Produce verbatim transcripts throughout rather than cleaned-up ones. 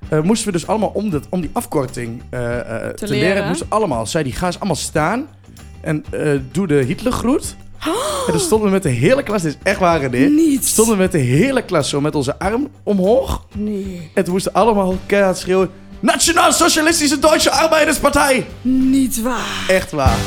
Uh, moesten we dus allemaal om, dit, om die afkorting uh, uh, te, te leren. leren. Moesten allemaal, zei die, ga eens allemaal staan. En uh, doe de Hitlergroet. Oh. En dan stonden we met de hele klas, dit is echt waar, René. Niet. Stonden we met de hele klas zo met onze arm omhoog. Nee. En toen moesten allemaal keihard schreeuwen. Nationaal Socialistische Deutsche Arbeiderspartij. Niet waar. Echt waar.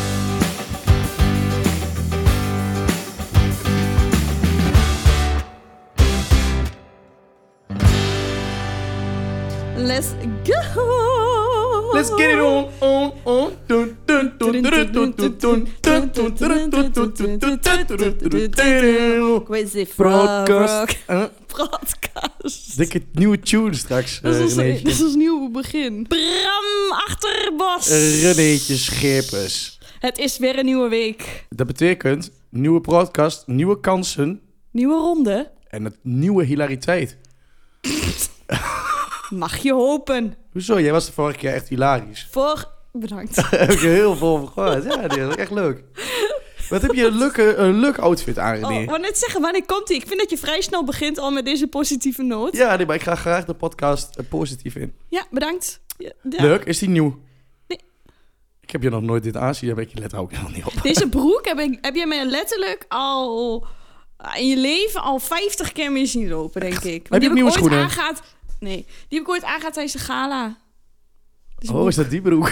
Let's go. Let's get it on, on, on. Dun, dun, dun, dun, dun, dun, dun, dun, dun, dun, dun, dun. Crazy Broadcast. Broadcast. Dikke nieuwe tune straks. Dat is uh, ons nieuwe begin. Bram Achterbos. Renéetje Schippers. Het is weer een nieuwe week. Dat betekent nieuwe podcast, nieuwe kansen. Nieuwe ronde. En het nieuwe hilariteit. Mag je hopen. Hoezo? Jij was de vorige keer echt hilarisch. Voor... Bedankt. Heb je heel veel van gehoord. Ja, dat is echt leuk. Wat heb je een leuke, een leuke outfit aan, René? Oh, wou net zeggen, wanneer komt die? Ik vind dat je vrij snel begint al met deze positieve noot. Ja, nee, maar ik ga graag de podcast uh, positief in. Ja, bedankt. Ja, ja. Leuk, is die nieuw? Nee. Ik heb je nog nooit dit aanzien, daar weet je let ook helemaal niet op. Deze broek heb, ik, heb jij mij letterlijk al in je leven al vijftig keer mee zien lopen, denk ik. Heb je die nieuwe heb ik schoenen? ooit aangaat. Nee, die heb ik ooit aangaat tijdens de gala. Oh, broek. Is dat die broek?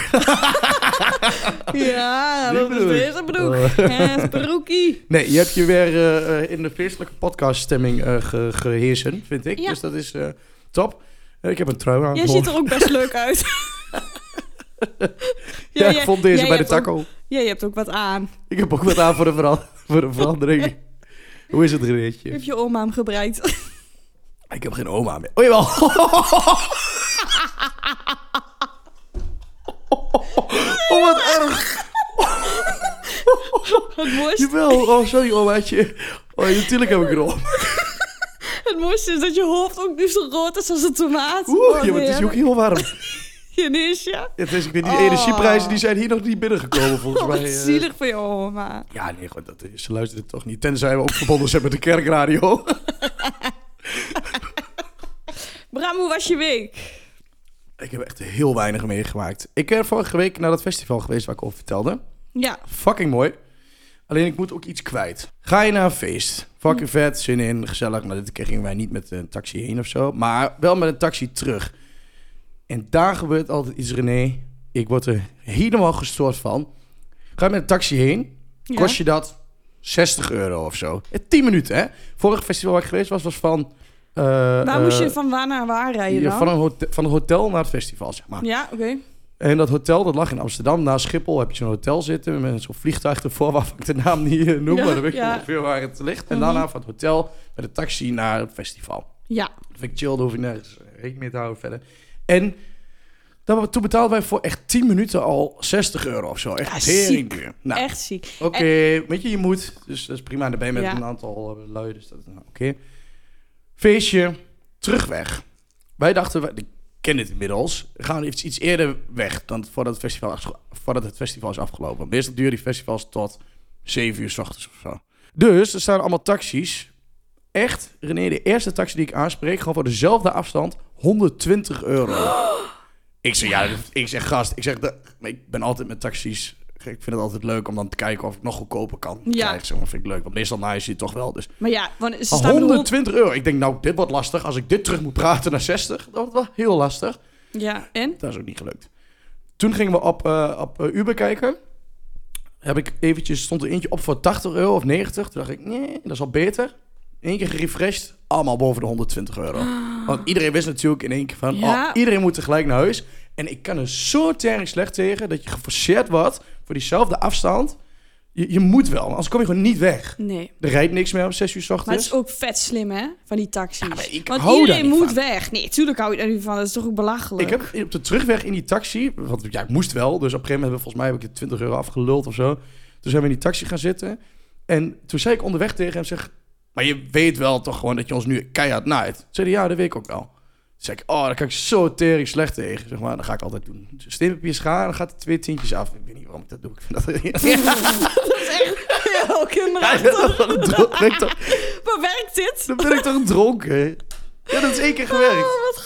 Ja, die dat broek. is deze broek. Oh. Het broekie. Nee, je hebt je weer uh, in de feestelijke podcaststemming uh, ge- geheersen, vind ik. Ja. Dus dat is uh, top. Uh, ik heb een trui aan. Jij ziet er ook best leuk uit. ja, ja, ik vond deze bij de taco. Ook, ja, je hebt ook wat aan. Ik heb ook wat aan voor de, vera- voor de verandering. Hoe is het, Renéetje? Heb je oma hem gebreid? Ik heb geen oma meer. Oh, jawel. Oh, wat erg. Het mooiste... Jawel. Oh, sorry, omaatje. Oh, natuurlijk heb ik een oma. Het mooiste is dat je hoofd ook nu zo rood is als een tomaat. Oeh, oh, ja, maar het is ook heel warm. Janisha. Het is, ik weet, die oh. energieprijzen die zijn hier nog niet binnengekomen, volgens oh, mij. Wat zielig voor je oma. Ja, nee, goed, dat is, ze luisteren toch niet. Tenzij we ook verbonden zijn met de kerkradio. Bram, hoe was je week? Ik heb echt heel weinig meegemaakt. Ik ben vorige week naar dat festival geweest waar ik over vertelde. Ja. Fucking mooi. Alleen ik moet ook iets kwijt. Ga je naar een feest? Fucking vet, zin in, gezellig. Nou, dit keer gingen wij niet met een taxi heen of zo. Maar wel met een taxi terug. En daar gebeurt altijd iets, René. Ik word er helemaal gestoord van. Ga je met een taxi heen, kost je dat zestig euro of zo. tien minuten, hè? Vorig festival waar ik geweest was, was van... Uh, waar uh, moest je van waar naar waar rijden dan? Van, een hotel, van het hotel naar het festival, zeg maar. Ja, oké. Okay. En dat hotel, dat lag in Amsterdam. Naast Schiphol heb je zo'n hotel zitten met zo'n vliegtuig ervoor, waarvan ik de naam niet uh, noem, ja, maar dan weet je ja. ongeveer waar het ligt. En mm-hmm. daarna van het hotel met een taxi naar het festival. Ja. Dat vind ik chill, daar hoef ik nergens rekening mee te houden verder. En dan, toen betaalden wij voor echt tien minuten al zestig euro of zo. Echt ja, heel duur. Nou, echt ziek. Oké, okay, en... weet je, je moet. Dus dat is prima. Dan ben je met ja. een aantal uh, lui, dus dat is nou, oké. Okay. Feestje, terugweg. Wij dachten, wij, ik ken het inmiddels, we gaan iets, iets eerder weg dan voordat het festival, voordat het festival is afgelopen. Meestal duren die festivals tot zeven uur 's ochtends of zo. Dus er staan allemaal taxis. Echt, René, de eerste taxi die ik aanspreek, gewoon voor dezelfde afstand, honderdtwintig euro. Oh. Ik zeg, ja, ik zeg gast, ik zeg, de, ik ben altijd met taxis. Ik vind het altijd leuk om dan te kijken of ik nog goedkoper kan ja. krijgen. Zeg maar, vind ik leuk, want meestal naai je het toch wel. Dus. Maar ja, want ze staan honderdtwintig euro. Ik denk, nou, dit wordt lastig. Als ik dit terug moet praten naar zestig, dat wordt wel heel lastig. Ja, en? Dat is ook niet gelukt. Toen gingen we op, uh, op uh, Uber kijken. Heb ik eventjes, stond er eentje op voor tachtig euro of negentig. Toen dacht ik, nee, dat is al beter. Eén keer gerefreshed, allemaal boven de honderdtwintig euro. Ah. Want iedereen wist natuurlijk in één keer van, ja. oh, iedereen moet tegelijk naar huis. En ik kan er zo tering slecht tegen dat je geforceerd wordt voor diezelfde afstand. Je, je moet wel, anders kom je gewoon niet weg. Nee. Er rijdt niks meer om zes uur 's ochtends. Maar het is ook vet slim, hè, van die taxis. Ja, maar ik want hou iedereen moet van. weg. Nee, tuurlijk hou je er niet van. Dat is toch ook belachelijk. Ik heb op de terugweg in die taxi, want ja, ik moest wel. Dus op een gegeven moment, volgens mij heb ik de twintig euro afgeluld of zo. Toen zijn we in die taxi gaan zitten. En toen zei ik onderweg tegen hem, zeg, maar je weet wel toch gewoon dat je ons nu keihard naait. Toen zei hij, ja, dat weet ik ook wel. Toen zei ik, oh, daar kan ik zo tering slecht tegen. Zeg maar, dat ga ik altijd doen. Dus steenpapier schaar, dan gaat er twee tientjes af. Ik weet niet waarom ik dat doe. Ik vind dat... Ja. Dat is echt heel kinderachtig. Ja, maar werkt dit? Dan ben ik toch dronken. Ja, dat is één keer gewerkt. Oh, wat goed.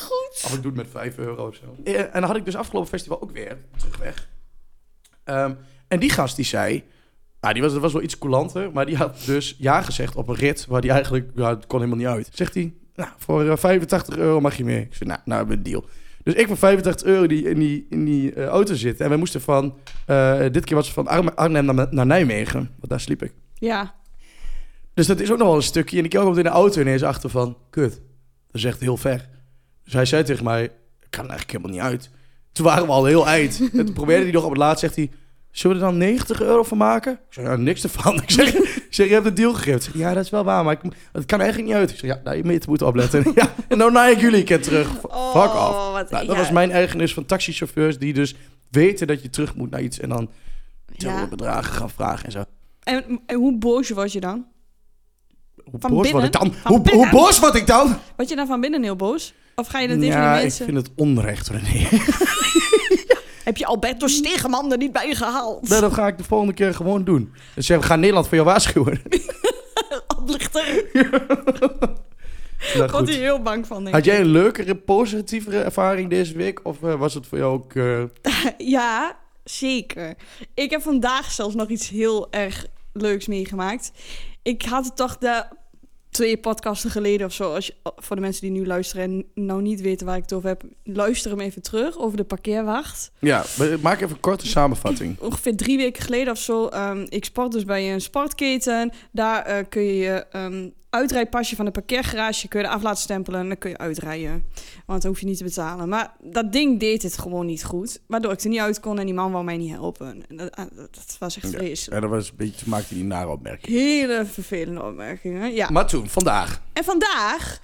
Of ik doe het met vijf euro of zo. En dan had ik dus afgelopen festival ook weer terugweg. Um, en die gast die zei... Nou, die was, dat was wel iets coulanter, maar die had dus ja gezegd op een rit waar die eigenlijk... Ja, het kon helemaal niet uit. Zegt hij, nou, voor uh, vijfentachtig euro mag je mee. Ik zei, nou, nou hebben we een deal. Dus ik voor vijfentachtig euro die, in die, in die uh, auto zitten. En wij moesten van... Uh, dit keer was het van Arnhem naar, naar Nijmegen. Want daar sliep ik. Ja. Dus dat is ook nog wel een stukje. En ik kwam in de auto ineens achter van... Kut, dat is echt heel ver. Dus hij zei tegen mij... Ik kan er eigenlijk helemaal niet uit. Toen waren we al heel eind. En toen probeerde hij nog op het laatst, zegt hij... Zullen we er dan negentig euro van maken? Ik zeg, nou, niks ervan. Ik zeg, ik zeg, je hebt een deal gegeven. Ik zeg, ja, dat is wel waar, maar ik, het kan eigenlijk niet uit. Ik zeg, ja, nou, je meter moet opletten. Ja, en nou naai ik jullie keer terug. Oh, Fuck off. Wat, Nou, dat ja. was mijn ergernis van taxichauffeurs... die dus weten dat je terug moet naar iets... en dan Ja. bedragen gaan vragen en zo. En, en hoe boos was je dan? Hoe Van boos word binnen? ik dan? Van Hoe, binnen? hoe boos word ik dan? Word je dan van binnen heel boos? Of ga je dat tegen Ja, de ik mensen... vind het onrecht, René. Heb je Alberto Stegeman er niet bij gehaald? Nee, dat ga ik de volgende keer gewoon doen. Dus zeg, we gaan Nederland voor jou waarschuwen. Oplichter. Nou, Word je goed. heel bang van, denk Had ik. jij een leukere, positievere ervaring deze week? Of uh, was het voor jou ook... Uh... Ja, zeker. Ik heb vandaag zelfs nog iets heel erg leuks meegemaakt. Ik had het toch de twee podcasten geleden of zo... Als je, voor de mensen die nu luisteren en nou niet weten waar ik het over heb... luister hem even terug over de parkeerwacht. Ja, maak even een korte samenvatting. Ongeveer drie weken geleden of zo... Um, ik sport dus bij een sportketen. Daar uh, kun je je um, uitrijpasje van de parkeergarage... kun je er af laten stempelen en dan kun je uitrijden. Want dan hoef je niet te betalen. Maar dat ding deed het gewoon niet goed. Waardoor ik er niet uit kon en die man wou mij niet helpen. En dat, dat was echt vreselijk. Ja, dat was een beetje, maakte die nare opmerking. Hele vervelende opmerkingen, ja. Maar toen, vandaag. En vandaag...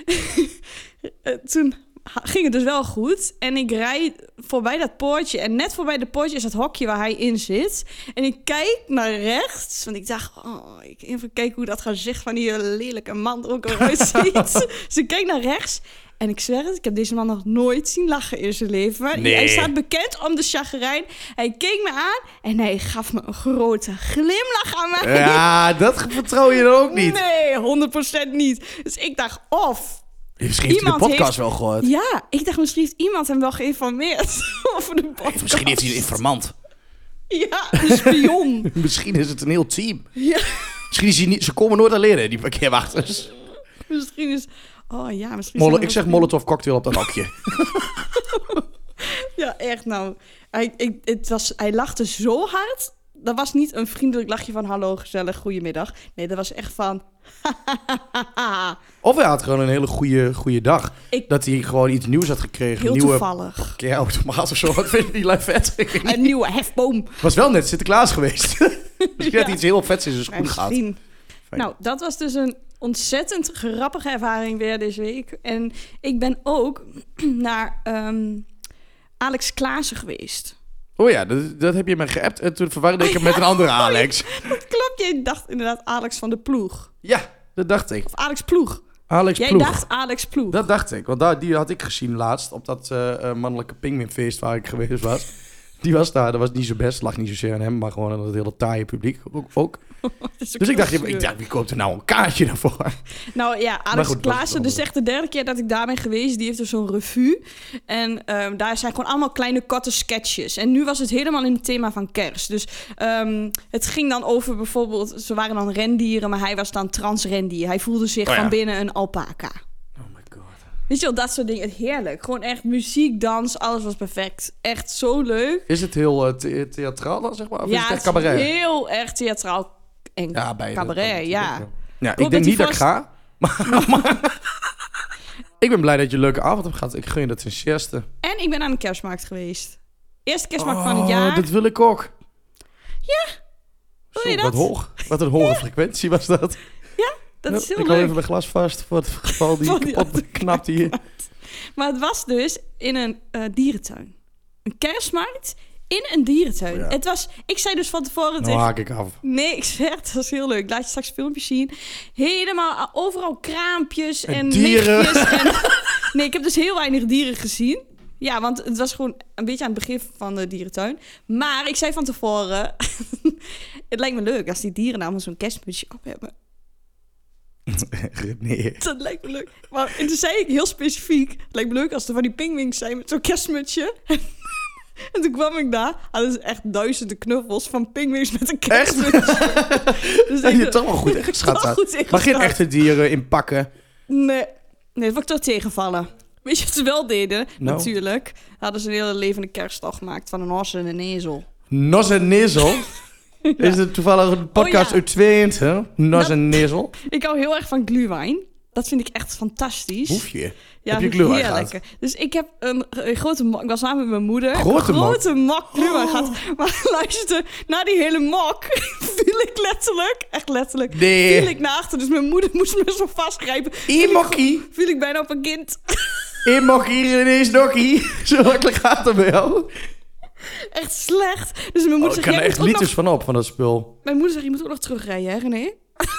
toen ging het dus wel goed. En ik rijd voorbij dat poortje. En net voorbij dat poortje is het hokje waar hij in zit. En ik kijk naar rechts. Want ik dacht, oh, ik even kijken hoe dat gezicht van die lelijke man er ook eruit ziet. Dus ik kijk naar rechts. En ik zweer het, ik heb deze man nog nooit zien lachen in zijn leven. Nee. Hij staat bekend om de chagrijn. Hij keek me aan en hij gaf me een grote glimlach aan mij. Ja, dat vertrouw je dan ook niet. Nee, honderd procent niet. Dus ik dacht, of... Misschien heeft hij de Iemand podcast heeft- wel gehoord. Ja, ik dacht misschien heeft iemand hem wel geïnformeerd over de podcast. Misschien heeft hij een informant. Ja, een spion. Misschien is het een heel team. Ja, Misschien is hij niet... Ze komen nooit alleen, die parkeerwachters. misschien is... Oh ja, misschien... Mol- zijn er ik zeg wel- Molotov cocktail op dat hokje. Ja, echt nou. Hij, ik, het was, hij lachte zo hard. Dat was niet een vriendelijk lachje van hallo, gezellig, goedemiddag. Nee, dat was echt van... Of hij had gewoon een hele goede, goede dag. Ik- Dat hij gewoon iets nieuws had gekregen. Heel een nieuwe toevallig. parkeerautomaat of zo. Wat vind je die lui vet? Ik weet niet. Een nieuwe hefboom. Was wel net Sinterklaas geweest. Misschien had Ja. hij iets heel vets in zijn schoen gehad. Misschien. Fijn. Nou, dat was dus een ontzettend grappige ervaring weer deze week. En ik ben ook naar ehm, Alex Klaassen geweest. Oh ja, dat, dat heb je me geappt. En toen verwarde ik hem met een andere Alex. Dat klopt, jij dacht inderdaad Alex van de Ploeg. Ja, dat dacht ik. Of Alex Ploeg. Alex Jij Ploeg. dacht Alex Ploeg. Dat dacht ik. Want daar, die had ik gezien laatst op dat eh, eh, mannelijke pingwinfeest waar ik geweest was. Die was daar. Dat was niet zo best. Lag niet zozeer aan hem, maar gewoon aan het hele taaie publiek ook. ook. Dat is ook Dus ik dacht, heel ik zuur. dacht, wie koopt er nou een kaartje daarvoor? Nou ja, Maar Alex goed, dat Klaassen, is dus wel echt de derde keer dat ik daar ben geweest. Die heeft dus zo'n revue. En ehm, daar zijn gewoon allemaal kleine korte sketches. En nu was het helemaal in het thema van kerst. Dus ehm, het ging dan over bijvoorbeeld... Ze waren dan rendieren, maar hij was dan transrendier. Hij voelde zich Oh ja. van binnen een alpaca. Oh my god. Weet je wel, dat soort dingen. Heerlijk. Gewoon echt muziek, dans, alles was perfect. Echt zo leuk. Is het heel uh, the- theatraal dan, zeg maar? Of is ja, het echt het is cabaret? heel erg theatraal en Ja, bij cabaret, ja. Ja, hoop ik denk dat niet hij dat ik ga. Maar, maar- ik ben blij dat je een leuke avond hebt gehad. Ik gun je dat ten zeerste. En ik ben aan de kerstmarkt geweest. Eerste kerstmarkt van het Oh, jaar. dat wil ik ook. Wil Zo, je dat? Wat hoog. Wat een hoge frequentie was dat. Dat is heel ik hou leuk. even mijn glas vast voor het geval die Van die kapot knapt hier. Maar het was dus in een eh, dierentuin. Een kerstmarkt in een dierentuin. Oh ja. Het was, ik zei dus van tevoren Nou tegen... haak ik af. Nee, ik zeg het, dat was heel leuk. Laat je straks filmpjes zien. Helemaal overal kraampjes en, En dieren. lichtjes. En... Nee, ik heb dus heel weinig dieren gezien. Ja, want het was gewoon een beetje aan het begin van de dierentuin. Maar ik zei van tevoren... het lijkt me leuk als die dieren nou allemaal zo'n kerstmutsje op hebben. Nee. Dat lijkt me leuk. Maar, en toen zei ik heel specifiek... Het lijkt me leuk als er van die pingwings zijn met zo'n kerstmutsje. En toen kwam ik daar. Hadden ze echt duizenden knuffels van pingwings met een kerstmutsje. Dus Heb ik- je toch wel goed ingeschat. Toch hè? goed ingeschat. Maar geen echte dieren inpakken. Nee, nee, dat was ik toch tegenvallen. Weet je wat ze wel deden? Nou. Natuurlijk. Hadden ze een hele levende kerststal gemaakt van een os en een ezel. Nos en Nezel. Is het toevallig een podcast Oh, ja. uit Twente? Nos Nou. en Nezel. Ik hou heel erg van glühwein. Dat vind ik echt fantastisch. Hoef je? Ja, Heb je vind ik glühwein heel gehad? lekker. Dus ik heb een, een grote mok. Ik was samen met mijn moeder. Grote een mok? grote mok glühwein Oh. gehad. Maar luister, na die hele mok viel ik letterlijk, echt letterlijk, Nee. viel ik naar achter. Dus mijn moeder moest me zo vastgrijpen. Viel ik- E-mokkie. Viel ik bijna op een kind. E-mokkie hier ineens dokkie. Zo makkelijk gaat het bij jou. Echt slecht. Dus mijn Oh, moeder ik zegt, kan jij er echt moet ook liters nog... van op, van dat spul. Mijn moeder zegt, je moet ook nog terugrijden, hè René?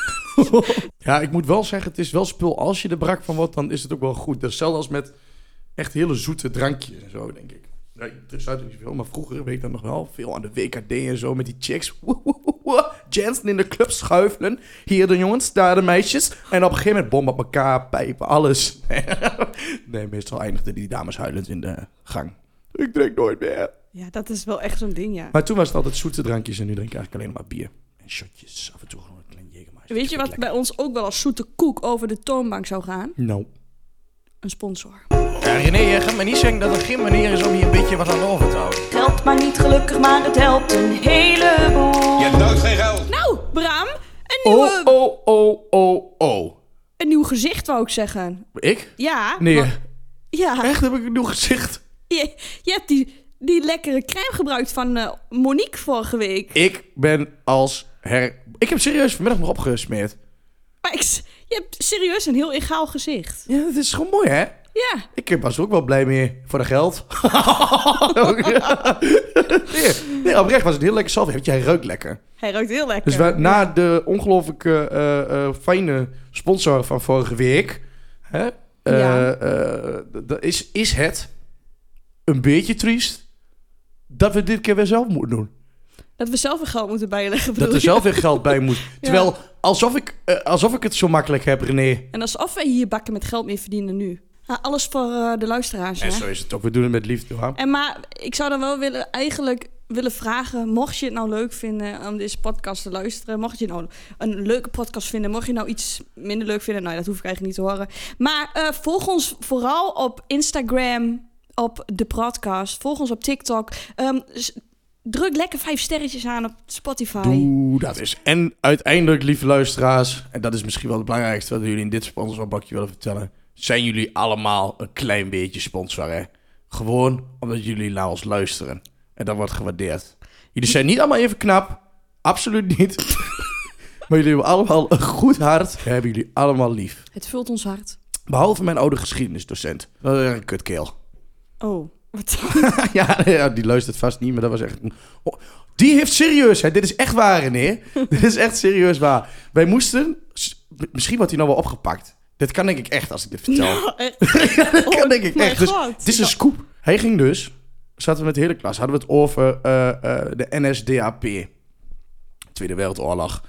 Ja, ik moet wel zeggen, het is wel spul. Als je er brak van wordt, dan is het ook wel goed. Dat is hetzelfde als met echt hele zoete drankjes en zo, denk ik. Ja, er is uit niet veel, maar vroeger weet ik dat nog wel. Veel aan de W K D en zo, met die chicks. Jansen in de club schuifelen. Hier de jongens, daar de meisjes. En op een gegeven moment bom op elkaar, pijpen, alles. Nee, meestal eindigden die dames huilend in de gang. Ik drink nooit meer. Ja, dat is wel echt zo'n ding, ja. Maar toen was het altijd zoete drankjes en nu drink ik eigenlijk alleen maar bier. En shotjes, af en toe gewoon een klein Jägermeister. Weet je wat bij ons ook wel als zoete koek over de toonbank zou gaan? Nou. Een sponsor. Ja, René, je gaat me niet zeggen dat er geen manier is om hier een beetje wat aan over te houden. Geld maakt niet gelukkig, maar het helpt een heleboel. Je hebt nooit geen geld. Nou, Bram, een, nieuwe, Oh, oh, oh, oh, oh. een nieuw gezicht wou ik zeggen. Ik? Ja. Nee, maar- ja, echt heb ik een nieuw gezicht. je, je hebt die, die lekkere crème gebruikt van eh, Monique vorige week. Ik ben als her... Ik heb serieus vanmiddag nog opgesmeerd. Maar ik, s- je hebt serieus een heel egaal gezicht. Ja, dat is gewoon mooi, hè? Ja. Ik was er ook wel blij mee voor de geld. nee, nee, oprecht was het heel lekker salve. Jij ruikt lekker. Hij ruikt heel lekker. Dus we, na de ongelooflijk eh, eh, fijne sponsor van vorige week... Hè, eh, Ja. eh, d- d- is, is het een beetje triest dat we dit keer weer zelf moeten doen. Dat we zelf een geld moeten bijleggen. Dat bedoel er je? zelf weer geld bij moet. Terwijl, alsof ik, eh, alsof ik het zo makkelijk heb, René. En alsof wij hier bakken met geld mee verdienen nu. Ah, alles voor eh, de luisteraars, En hè? zo is het ook. We doen het met liefde, hoor. En maar ik zou dan wel willen, eigenlijk willen vragen... mocht je het nou leuk vinden om deze podcast te luisteren... mocht je nou een leuke podcast vinden... mocht je nou iets minder leuk vinden... nou, dat hoef ik eigenlijk niet te horen. Maar eh, volg ons vooral op Instagram, op de podcast. Volg ons op TikTok. Ehm, s- druk lekker vijf sterretjes aan op Spotify. Doe dat is. En uiteindelijk, lieve luisteraars... en dat is misschien wel het belangrijkste... wat we jullie in dit sponsorbakje willen vertellen... zijn jullie allemaal een klein beetje sponsor, hè? Gewoon omdat jullie naar ons luisteren. En dat wordt gewaardeerd. Jullie zijn niet allemaal even knap. Absoluut niet. Maar jullie hebben allemaal een goed hart. We hebben jullie allemaal lief. Het vult ons hart. Behalve mijn oude geschiedenisdocent. Dat is echt een kutkeel. Oh, wat dan? ja, ja, die luistert vast niet, maar dat was echt... Een... Oh, die heeft serieus, hè? Dit is echt waar, nee. Dit is echt serieus waar. Wij moesten... Misschien wordt hij nou wel opgepakt. Dit kan denk ik echt als ik dit vertel. Nou, echt. Ja, dat kan Oh, denk ik mijn echt. Dus, God. het is een scoop. Hij ging dus... Zaten we met de hele klas. Hadden we het over uh, uh, de N S D A P. Tweede Wereldoorlog.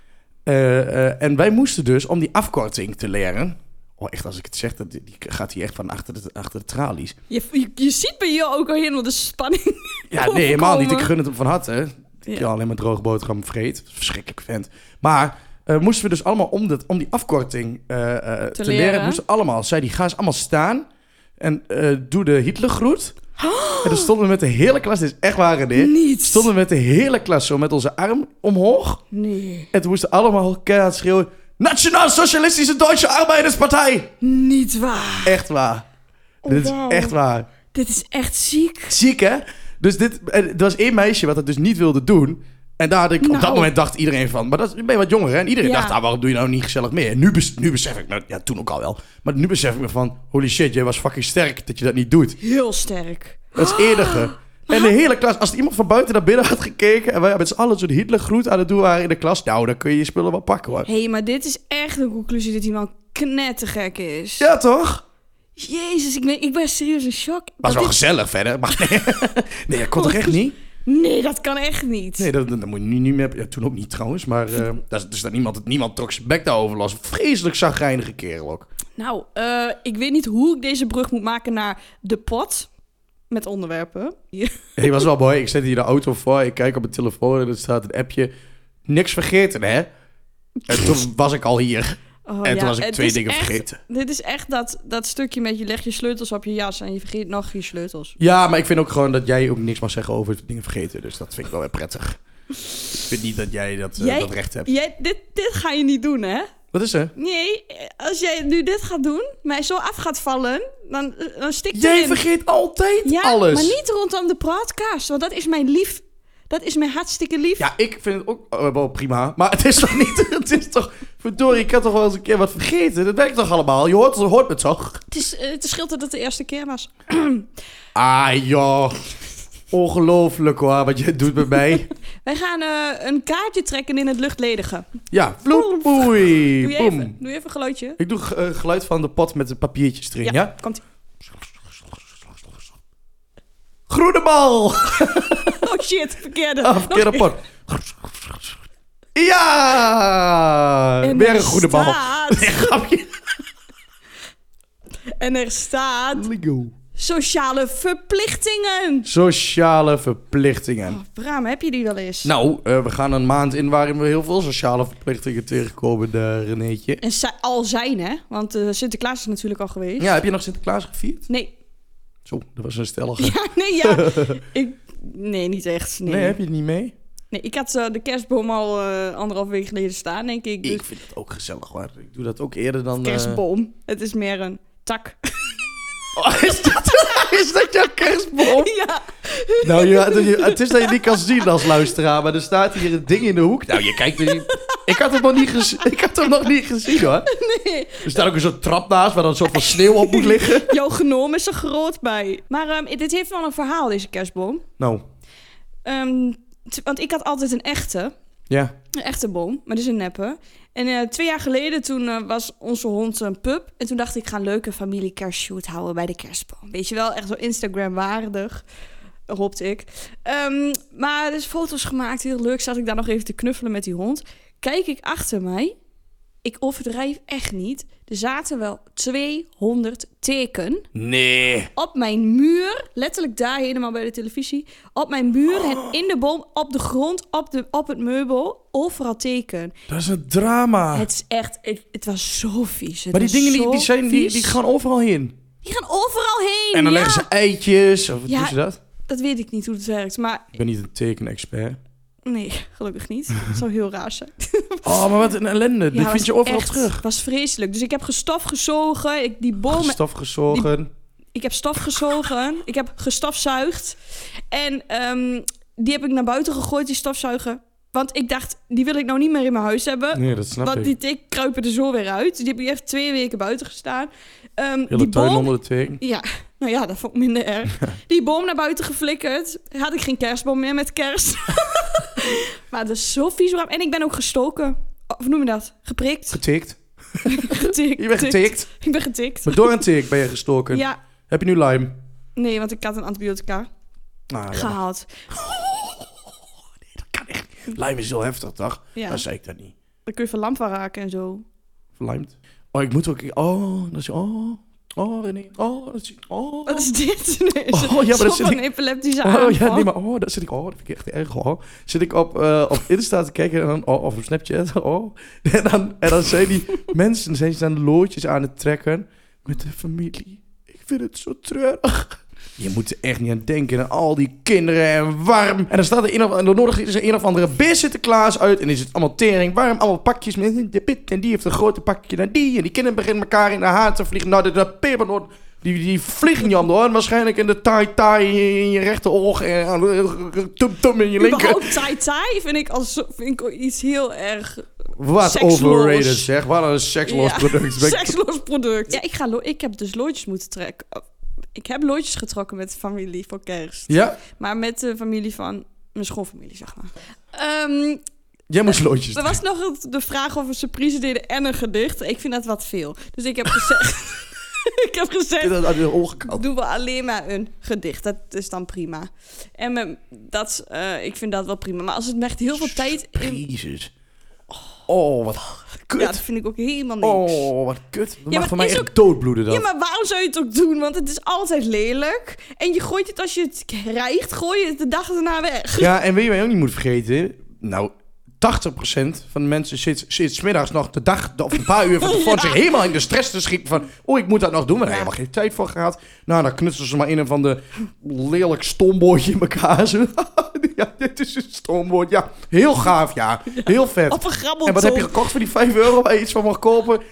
Uh, uh, en wij moesten dus, om die afkorting te leren... Oh, echt, als ik het zeg, dat, die gaat hier echt van achter de, achter de tralies. Je, je, je ziet bij jou ook al helemaal de spanning. Ja, nee, helemaal niet. Ik overkomen. gun het hem van harte. Ik Ja. ja. alleen maar droge boterham vreet. Verschrikkelijk vent. Maar uh, moesten we dus allemaal om, dit, om die afkorting uh, uh, te, te leren... leren. moesten allemaal, zei die, ga eens allemaal staan... en uh, doe de Hitlergroet... En dan stonden we met de hele klas, dit is echt waar, René. Niet. Stonden we met de hele klas zo met onze arm omhoog. Nee. En toen moesten allemaal keihard schreeuwen... Nationaal-Socialistische Duitse Arbeiderspartij! Niet waar. Echt waar. Oh, dit is wauw. echt waar. Dit is echt ziek. Ziek, hè? Dus dit, en er was één meisje wat het dus niet wilde doen. En daar had ik, op Nou. dat moment dacht iedereen van... Maar dat ben je wat jonger, hè? En iedereen Ja. dacht, ah, waarom doe je nou niet gezellig mee? En nu, bes, nu besef ik, nou, ja, toen ook al wel. Maar nu besef ik me van... Holy shit, jij was fucking sterk dat je dat niet doet. Heel sterk. Dat is eerder. En de hele klas, als er iemand van buiten naar binnen had gekeken... en wij met z'n allen zo'n Hitlergroet aan het doen waren in de klas... nou, dan kun je je spullen wel pakken, hoor. Hé, hey, maar dit is echt een conclusie dat die man knettergek is. Ja, toch? Jezus, ik ben, ik ben serieus in shock. Was Dat wel dit- gezellig verder, maar nee. Nee, dat kon toch echt niet? Nee, dat kan echt niet. Nee, dat, dat moet je nu niet meer... Ja, toen ook niet trouwens, maar... Uh, dat is dus dat niemand, niemand trok zijn bek daarover los. Vreselijk zagrijnige kerel ook. Nou, uh, ik weet niet hoe ik deze brug moet maken naar de pot. Met onderwerpen. Hey, was wel mooi. Ik zet hier de auto voor. Ik kijk op mijn telefoon en er staat een appje. Niks vergeten, hè? En toen was ik al hier. Oh, en toen ja, was ik twee dingen echt, vergeten. Dit is echt dat, dat stukje met je legt je sleutels op je jas en je vergeet nog je sleutels. Ja, maar ik vind ook gewoon dat jij ook niks mag zeggen over dingen vergeten. Dus dat vind ik wel weer prettig. Ik vind niet dat jij dat, uh, jij, dat recht hebt. Jij, dit, dit ga je niet doen, hè? Wat is er? Nee, als jij nu dit gaat doen, mij zo af gaat vallen, dan, dan stikt Jij erin. vergeet altijd ja, alles. maar niet rondom de podcast, want dat is mijn lief. Dat is mij hartstikke lief. Ja, ik vind het ook uh, wel prima. Maar het is toch niet... Het is toch... Verdorie, ik had toch wel eens een keer wat vergeten. Dat werkt toch allemaal? Je hoort, hoort het toch? Het, is, uh, het scheelt dat het de eerste keer was. Ah, joh. Ongelooflijk hoor, wat je doet bij mij. Wij gaan uh, een kaartje trekken in het luchtledige. Ja, vloep, boei, Doe je boem. even, doe je even een geluidje. Ik doe uh, geluid van de pot met de papiertjes erin, ja? Ja, komt-ie. Groene bal! Oh shit, verkeerde. Ah, verkeerde pot. Ja! En Weer er een groene bal. staat- Nee, grapje. En er staat... Lego. Sociale verplichtingen. Sociale verplichtingen. Oh, Bram, heb je die wel eens? Nou, uh, we gaan een maand in waarin we heel veel sociale verplichtingen tegenkomen, uh, Renéetje. En zi- al zijn, hè? Want uh, Sinterklaas is natuurlijk al geweest. Ja, heb je nog Sinterklaas gevierd? Nee. Zo, dat was een stellige. Ja, nee, ja. ik, nee, niet echt. Nee, Nee, heb je het niet mee? nee ik had uh, de kerstboom al uh, anderhalf week geleden staan, denk ik. Dus Ik vind het ook gezellig, hoor. Ik doe dat ook eerder dan... Uh... kerstboom. Het is meer een tak. Oh, is, dat, is dat jouw kerstboom? Ja. Nou, je, het is dat je niet kan zien als luisteraar, maar er staat hier een ding in de hoek. Nou, je kijkt er... Ik had hem nog niet, gez, ik had hem nog niet gezien, hoor. Nee. Er staat ook een soort trap naast waar dan een soort van sneeuw op moet liggen. Jouw genoom is er groot bij. Maar um, dit heeft wel een verhaal, deze kerstboom. Nou, Um, t- want ik had altijd een echte. ja. Een echte boom, maar dus een neppe. En uh, twee jaar geleden toen uh, was onze hond een pup. En toen dacht ik, ik ga een leuke familie kerstshoot houden bij de kerstboom. Weet je wel, echt zo Instagram waardig. Hoopte ik. Um, maar dus foto's gemaakt, heel leuk. Zat ik daar nog even te knuffelen met die hond. Kijk ik achter mij. Ik overdrijf echt niet. Er zaten wel tweehonderd teken Nee. op mijn muur. Letterlijk daar helemaal bij de televisie. Op mijn muur en in de boom, op de grond, op, de, op het meubel. Overal teken. Dat is een drama. Het is echt, het, het was zo vies. Het maar die was dingen die, zo die, zijn, die, vies. die gaan overal heen. Die gaan overal heen. En dan ja. leggen ze eitjes. Of wat Ja. doen ze dat? Dat weet ik niet hoe het werkt. Maar Ik ben niet een tekenexpert. nee, gelukkig niet. Het zou heel raar zijn. Oh, maar wat een ellende. Die Ja, vind je was overal echt- terug. was vreselijk. Dus ik heb gestof gezogen. Ik, die boom, Stof gezogen. ik heb stof gezogen. Ik heb gestofzuigd. En ehm, die heb ik naar buiten gegooid, die stofzuiger. Want ik dacht, die wil ik nou niet meer in mijn huis hebben. Nee, dat snap Want ik. die teken kruipen er zo weer uit. Die heb ik echt twee weken buiten gestaan. Um, Hele die tuin boom, onder de teken. ja, nou ja, dat vond ik minder erg. Die boom naar buiten geflikkerd. Had ik geen kerstboom meer met kerst. Maar dat is zo vies. Bram. En ik ben ook gestoken. Of noem je dat? Geprikt. Getikt. Getikt. Je bent getikt. Ik ben getikt. Maar door een tik ben je gestoken. Ja, Heb je nu Lyme? nee, want ik had een antibiotica Ah, ja. gehaald. Dat kan echt niet. Lyme is heel heftig, toch? Ja, Dat zei ik dat niet. dan kun je van lamp van raken en zo. Verlijmd. Oh, ik moet ook... Oh, dat is... Oh, oh, René. Oh, dat is... Oh. Wat is dit? Nee, is Oh, ja, maar dat dat zit een ik- epileptische Oh, aanval. ja, nee, maar... Oh, dat zit ik... Oh, dat vind ik echt erg, hoor. Zit ik op, uh, op Insta te kijken en dan... Oh, of op Snapchat. Oh. En dan, en dan zijn die mensen... Zijn ze dan loodjes aan het trekken met de familie. Ik vind het zo treurig. Je moet er echt niet aan denken. En al die kinderen en warm. En dan staat er een of, en dan nodig is er een of andere beer Sinterklaas uit. En is het allemaal tering warm. Allemaal pakjes met de pit. En die heeft een grote pakje naar die. En die kinderen beginnen elkaar in de haar te vliegen. Nou, de, de pepernoot. Die, die vliegen je om de oren. Waarschijnlijk in de tai-tai in je rechteroog. En tum-tum in je linker. Überhaupt tai-tai vind ik, als, vind ik iets heel erg... Wat seksloos. overrated zeg. Wat een seksloos Ja, product. Ben ik- seksloos product. Ja, ik, ga lo- ik heb dus loodjes moeten trekken. Ik heb loodjes getrokken met de familie voor kerst. Ja? Maar met de familie van mijn schoonfamilie, zeg maar. Ehm, Jij moest loodjes er was nog het- de vraag of we surprise deden en een gedicht. Ik vind dat wat veel. Dus ik heb gezegd... ik heb gezegd, Dat had je ongekald. doen we alleen maar een gedicht. Dat is dan prima. En me, dat, uh, ik vind dat wel prima. Maar als het me echt heel veel tijd... in... Jezus. Oh, wat kut. Ja, dat vind ik ook helemaal niks. Oh, wat kut. Dat Ja, mag maar voor mij het is echt doodbloeden dan. Ja, maar waarom zou je het ook doen? Want het is altijd lelijk. En je gooit het als je het krijgt, gooi je het de dag erna weg. Ja, en weet je wat je ook niet moet vergeten? Nou, tachtig procent van de mensen zit, zit 's middags nog de dag of een paar uur van tevoren Ja. zich helemaal in de stress te schieten van, oh, ik moet dat nog doen, maar daar Ja. heb helemaal geen tijd voor gehad. Nou, dan knutselen ze maar in een van de lelijk stomboordje in elkaar. Zo, ja, dit is een stomboord. Ja, heel gaaf, ja. Heel vet. Op een grabbelton. En wat heb je gekocht voor die vijf euro waar je iets van mag kopen?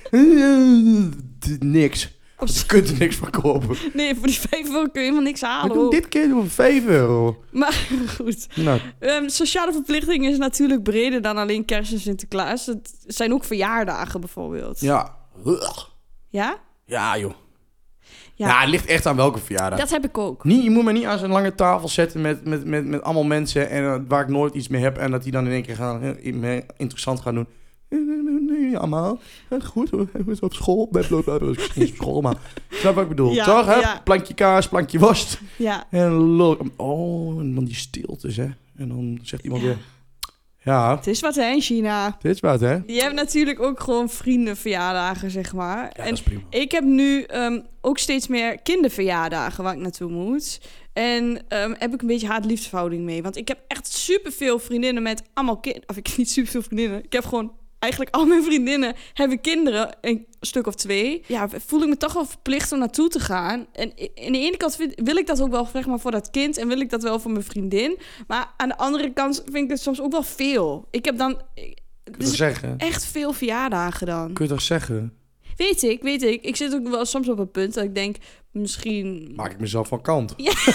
Niks. Je kunt er niks van kopen. Nee, voor die vijf euro kun je helemaal niks We halen. doen hoor. dit keer doen we vijf euro. Maar goed. Nou, Um, sociale verplichting is natuurlijk breder dan alleen kerst en Sinterklaas. Het zijn ook verjaardagen bijvoorbeeld. ja. Ja? Ja, joh. Ja. Ja, het ligt echt aan welke verjaardag. Dat heb ik ook. Niet, je moet me niet aan zo'n lange tafel zetten met, met, met, met allemaal mensen en, uh, waar ik nooit iets mee heb. En dat die dan in één keer gaan, uh, me interessant gaan doen. Nee, allemaal. Goed, hoe is het op school? Ik was niet op school, maar... Snap je wat ik bedoel? Ja, Toch, hè? ja. Plankje kaas, plankje worst. Ja. En lul. Oh, en dan die stiltes, hè? En dan zegt iemand Ja. weer... Ja, Het is wat hè, in China. dit is wat, hè? Je hebt natuurlijk ook gewoon vriendenverjaardagen, zeg maar. Ja, en dat is prima. ik heb nu um, ook steeds meer kinderverjaardagen waar ik naartoe moet. En um, heb ik een beetje haat-liefdeverhouding mee. Want ik heb echt superveel vriendinnen met allemaal kinderen. Of ik heb niet superveel vriendinnen. Ik heb gewoon eigenlijk al mijn vriendinnen hebben kinderen. Een stuk of twee. Ja, voel ik me toch wel verplicht om naartoe te gaan. En aan de ene kant vind, wil ik dat ook wel zeg maar, voor dat kind. En wil ik dat wel voor mijn vriendin. Maar aan de andere kant vind ik het soms ook wel veel. Ik heb dan... Kun je Dus toch zeggen? echt veel verjaardagen dan. Kun je toch zeggen? Weet ik, weet ik. Ik zit ook wel soms op een punt dat ik denk, misschien... Maak ik mezelf van kant.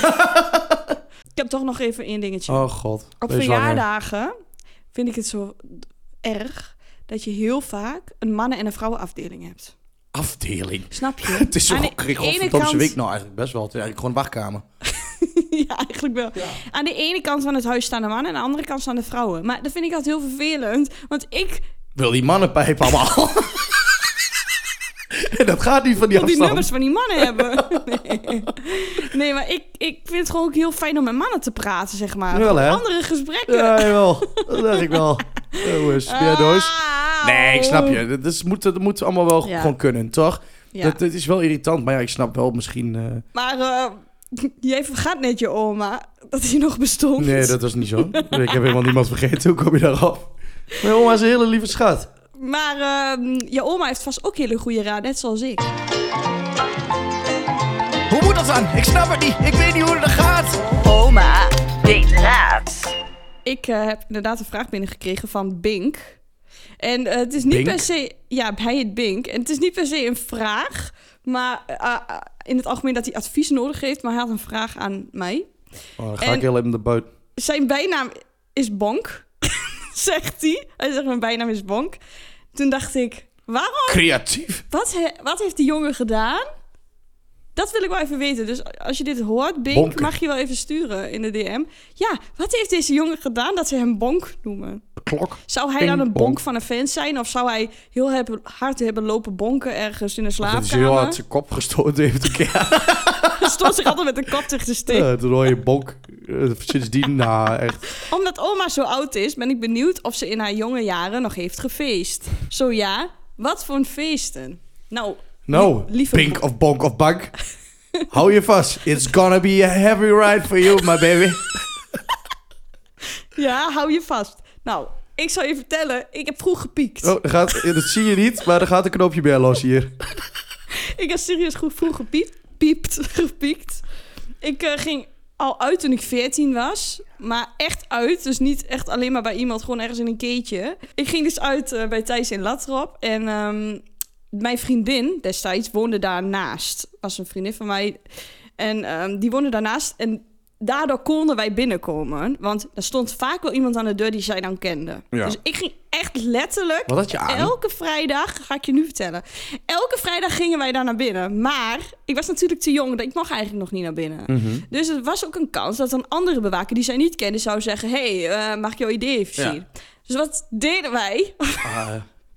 Ik heb toch nog even één dingetje. Oh, god. Op Wees langer. verjaardagen vind ik het zo erg dat je heel vaak een mannen- en een vrouwenafdeling hebt. Afdeling. Snap je? Het is Aan toch de een ene godverdomse kant- week nou eigenlijk best wel. Het is eigenlijk gewoon een wachtkamer. Ja, eigenlijk wel. Aan de ene kant van het huis staan de mannen en aan de andere kant staan de vrouwen. Maar dat vind ik altijd heel vervelend, want ik Wil die mannenpijp allemaal? En dat gaat niet van die wil die afstand. nummers van die mannen hebben. Nee, nee maar ik, ik vind het gewoon ook heel fijn om met mannen te praten, zeg maar. Wel, hè? Andere gesprekken. Ja, jawel. Dat zeg ik wel. Jongens, ben jij doos? Auw. Nee, ik snap je. Dat, is, moet, dat moet allemaal wel Ja. gewoon kunnen, toch? Ja. Dat, dat is wel irritant, maar ja, ik snap wel misschien... eh, Maar uh, jij vergaat net je oma, dat hij nog bestond. Nee, dat was niet zo. Ik heb helemaal niemand vergeten. Hoe kom je daarop? Mijn oma is een hele lieve schat. Maar uh, je oma heeft vast ook hele goede raad, net zoals ik. Hoe moet dat dan? Ik snap het niet. Ik weet niet hoe het gaat. Oma weet raad. Ik uh, heb inderdaad een vraag binnengekregen van Bink. En uh, het is niet Bink? per se... Ja, hij heet Bink. En het is niet per se een vraag, maar uh, uh, in het algemeen dat hij advies nodig heeft. Maar hij had een vraag aan mij. Oh, dan ga En- ik heel even naar buiten. Zijn bijnaam is Bonk, zegt hij. Hij zegt, mijn bijnaam is Bonk. Toen dacht ik, waarom? Creatief. Wat, he- wat heeft die jongen gedaan? Dat wil ik wel even weten. Dus als je dit hoort, Bink, Bonken. mag je wel even sturen in de D M. Ja, wat heeft deze jongen gedaan dat ze hem Bonk noemen? Klok. Zou hij Ping, dan een bonk bonk. van een fan zijn? Of zou hij heel hebben, hard hebben lopen bonken ergens in de Dat is heel slaapkamer? hard zijn kop gestoten heeft een keer. Hij stond zich altijd met de kop tegen de steek. Ja, toen hoor je bonk. Uh, sindsdien, nou, echt. Omdat oma zo oud is, ben ik benieuwd of ze in haar jonge jaren nog heeft gefeest. Zo ja, wat voor een feesten? Nou, Nou, li- lieve pink of bonk of bank. Hou je vast. It's gonna be a heavy ride for you, my baby. Ja, hou je vast. Nou, ik zal je vertellen, ik heb vroeg gepiekt. Oh, er gaat, dat zie je niet, maar er gaat een knopje bij los hier. Ik heb serieus goed vroeg gepiept. Piept, gepiekt. Ik uh, ging al uit toen ik veertien was. Maar echt uit. Dus niet echt alleen maar bij iemand. Gewoon ergens in een keetje. Ik ging dus uit uh, bij Thijs in Latrop. En um, mijn vriendin destijds woonde daarnaast. Was een vriendin van mij. En um, die woonde daarnaast. En daardoor konden wij binnenkomen. Want er stond vaak wel iemand aan de deur die zij dan kende. Ja. Dus ik ging echt letterlijk... Wat had je aan? Elke vrijdag, ga ik je nu vertellen. Elke vrijdag gingen wij daar naar binnen. Maar ik was natuurlijk te jong. Ik mocht eigenlijk nog niet naar binnen. Mhm. Dus er was ook een kans dat een andere bewaker die zij niet kende zou zeggen... Hé, hey, uh, mag ik jouw idee even Ja. zien? Dus wat deden wij? Ah,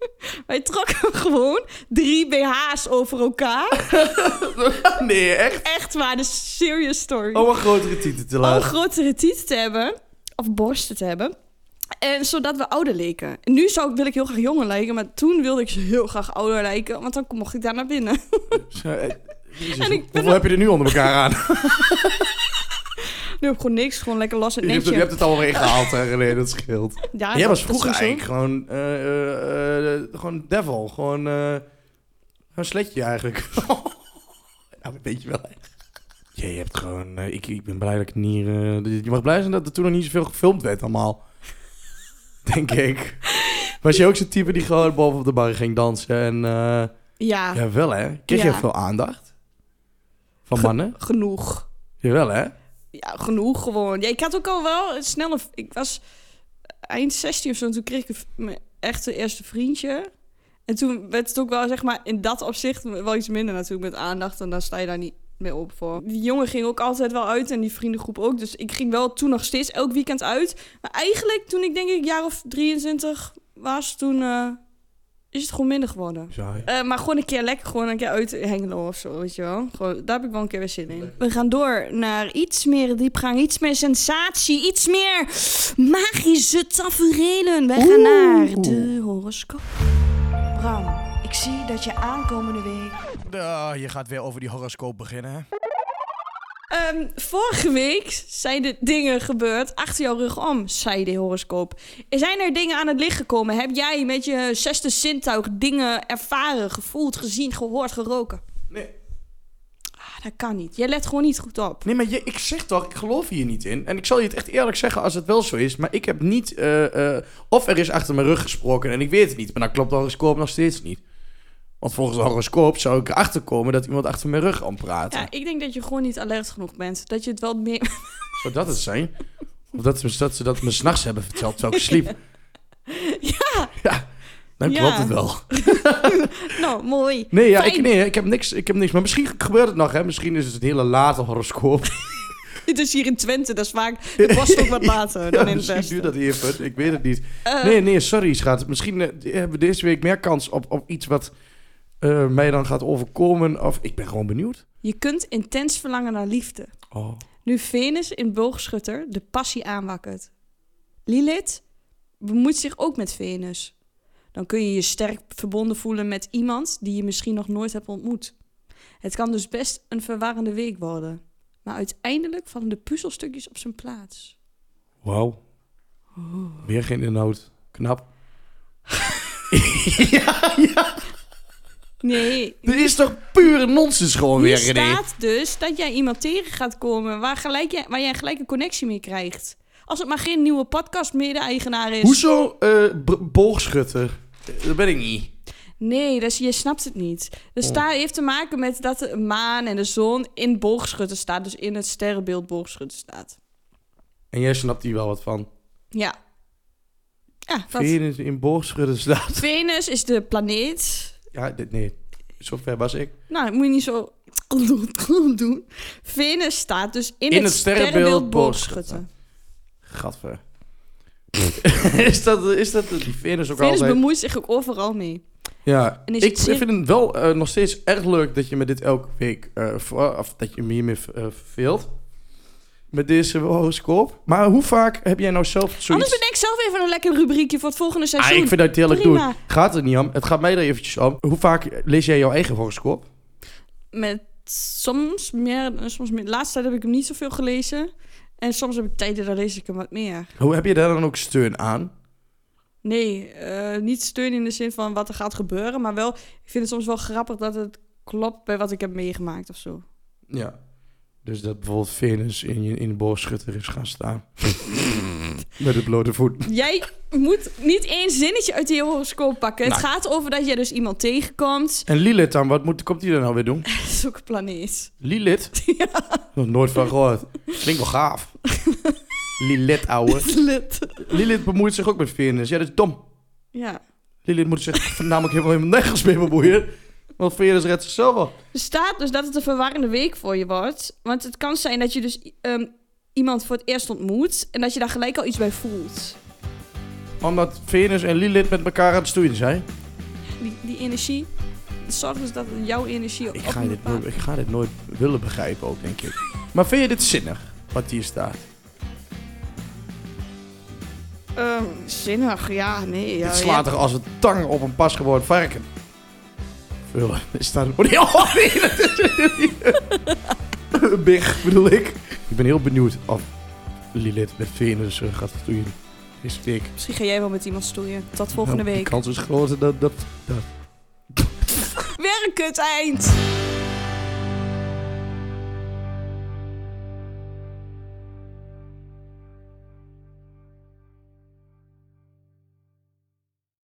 Wij trokken gewoon drie B H's over elkaar. Nee, echt? Echt waar, de serious story. Om een grotere titel te Om laten. een grotere titel te hebben. Of borsten te hebben. En zodat we ouder leken. En nu zou, wil ik heel graag jonger lijken. Maar toen wilde ik heel graag ouder lijken. Want dan mocht ik daar naar binnen. Zo, eh, Jezus, En ik ben hoeveel heb je er nu onder elkaar aan? Nu heb ik gewoon niks. Gewoon lekker los en Je hebt, netje. je hebt het alweer ingehaald, hè, René, dat scheelt. Ja, Jij was dat vroeger is sowieso. eigenlijk gewoon, eh, eh, eh, gewoon devil. Gewoon eh, een sletje eigenlijk. Ja, weet je wel. Ja, je hebt gewoon... eh, ik, ik ben blij dat ik niet... eh, je mag blij zijn dat er toen nog niet zoveel gefilmd werd allemaal. Denk ik. Was je ook zo'n type die gewoon boven op de bar ging dansen? En eh, Ja, ja, wel hè? Kreeg Ja. je veel aandacht? Van Ge- mannen? genoeg. Jawel hè? Ja, genoeg gewoon. Ja, ik had ook al wel snel... Ik was eind zestien of zo. En toen kreeg ik mijn echte eerste vriendje. En toen werd het ook wel, zeg maar, in dat opzicht wel iets minder natuurlijk met aandacht. En dan sta je daar niet meer op voor. Die jongen ging ook altijd wel uit en die vriendengroep ook. Dus ik ging wel toen nog steeds elk weekend uit. Maar eigenlijk toen ik denk ik jaar of drieëntwintig was, toen uh, is het gewoon minder geworden. Saai. Uh, maar gewoon een keer lekker gewoon een keer uit Hengelo of zo, weet je wel. Gewoon, daar heb ik wel een keer weer zin in. We gaan door naar iets meer diepgang, iets meer sensatie, iets meer magische taferelen. Wij gaan naar de horoscoop. Bram, ik zie dat je aankomende week... Uh, je gaat weer over die horoscoop beginnen, hè? Um, vorige week zijn er dingen gebeurd achter jouw rug om, zei de horoscoop. Zijn er dingen aan het licht gekomen? Heb jij met je zesde zintuig dingen ervaren, gevoeld, gezien, gehoord, geroken? Nee. Ah, dat kan niet. Jij let gewoon niet goed op. Nee, maar je, ik zeg toch, ik geloof hier niet in. En ik zal je het echt eerlijk zeggen als het wel zo is. Maar ik heb niet... eh, eh, of er is achter mijn rug gesproken en ik weet het niet. Maar dan klopt de horoscoop nog steeds niet. Want volgens de horoscoop zou ik erachter komen dat iemand achter mijn rug aan praten. Ja, ik denk dat je gewoon niet alert genoeg bent. Dat je het wel meer... Zou dat het zijn? Of dat, ze- dat ze dat me 's nachts hebben verteld terwijl ik sliep. Ja, Ja, dan Ja. klopt het wel. nou, mooi. Nee, ja, Fijn. ik, nee ik, heb niks, ik heb niks. Maar misschien gebeurt het nog, hè. Misschien is het een hele late horoscoop. Dit is hier in Twente, dat is vaak... De post ook wat later Ja, dan in het misschien westen. duurt dat even. Ik weet het niet. Eh, Nee, nee, sorry schat. Misschien eh, hebben we deze week meer kans op, op iets wat eh, mij dan gaat overkomen. Of ik ben gewoon benieuwd. Je kunt intens verlangen naar liefde. Oh. Nu Venus in boogschutter de passie aanwakkert. Lilith bemoeit zich ook met Venus. Dan kun je je sterk verbonden voelen met iemand die je misschien nog nooit hebt ontmoet. Het kan dus best een verwarrende week worden. Maar uiteindelijk vallen de puzzelstukjes op zijn plaats. Wauw. Weer geen inhoud. Knap. Nee, Dit is toch pure nonsens gewoon hier weer, René? staat dus dat jij iemand tegen gaat komen waar, gelijk je, waar jij gelijk een connectie mee krijgt. Als het maar geen nieuwe podcast-mede-eigenaar is. Hoezo eh, b- boogschutter? Eh, Dat ben ik niet. Nee, dus je snapt het niet. De Oh. sta heeft te maken met dat de maan en de zon in boogschutter staat. Dus in het sterrenbeeld boogschutter staat. En jij snapt hier wel wat van. Ja. Ja, wat? Venus in boogschutter staat. Venus is de planeet. Ja, dit, nee. Zo ver was ik. Nou, dat moet je niet zo doen. Venus staat dus in, In het, het sterrenbeeld sterrenbeeld boogschutter. boogschutter. Gadver. is, dat, is dat die Venus ook Venus altijd? bemoeit zich ook overal mee. Ja, En is ik het zin- vind het wel eh, nog steeds erg leuk dat je me dit elke week... eh, voor, of dat je me hiermee uh, verveelt. Met deze horoscoop. Maar hoe vaak heb jij nou zelf zoiets... Anders bedenk ik zelf even een lekker rubriekje voor het volgende Ah, seizoen. ik vind dat het heerlijk Prima. doen. Gaat het niet om. Het gaat mij er eventjes om. Hoe vaak lees jij jouw eigen horoscoop? Met soms meer, soms meer. De laatste tijd heb ik hem niet zoveel gelezen. En soms heb ik tijden, daar lees ik hem wat meer. Hoe heb je daar dan ook steun aan? Nee, eh, niet steun in de zin van wat er gaat gebeuren. Maar wel, ik vind het soms wel grappig dat het klopt bij wat ik heb meegemaakt of zo. Ja. Dus dat bijvoorbeeld Venus in, je, in de boogschutter is gaan staan. Met het blote voet. Jij moet niet één zinnetje uit die horoscoop pakken. Het Nou. gaat over dat je dus iemand tegenkomt. En Lilith dan, wat moet, komt die dan nou weer doen? Dat is ook een planeet. Lilith? Nog nooit van gehoord. Klinkt wel gaaf. Lilith, ouwe. Lid. Lilith bemoeit zich ook met Venus. Ja, dat is dom. Ja. Lilith moet zich voornamelijk helemaal, helemaal nergens mee bemoeien. Want Venus redt zichzelf wel. Er staat dus dat het een verwarrende week voor je wordt. Want het kan zijn dat je dus um, iemand voor het eerst ontmoet. En dat je daar gelijk al iets bij voelt. Omdat Venus en Lilith met elkaar aan het stoeien zijn. Die, die energie. Zorg dus dat het jouw energie op Ik ga, een dit bepaald- nooit, ik ga dit nooit willen begrijpen ook, denk ik. Maar vind je dit zinnig, wat hier staat? Ehm, zinnig, ja, nee. Ja, dit slaat ja. toch als een tang op een pasgeboren varken? Vullen. Is dat... Oh nee, oh nee, dat is... Big, bedoel ik. Ik ben heel benieuwd of Lilith met Venus uh, gaat stoeien. Is week. Misschien ga jij wel met iemand stoeien. Tot volgende Nou, week. De kans is groter dat... dat, dat. Weer een kut eind.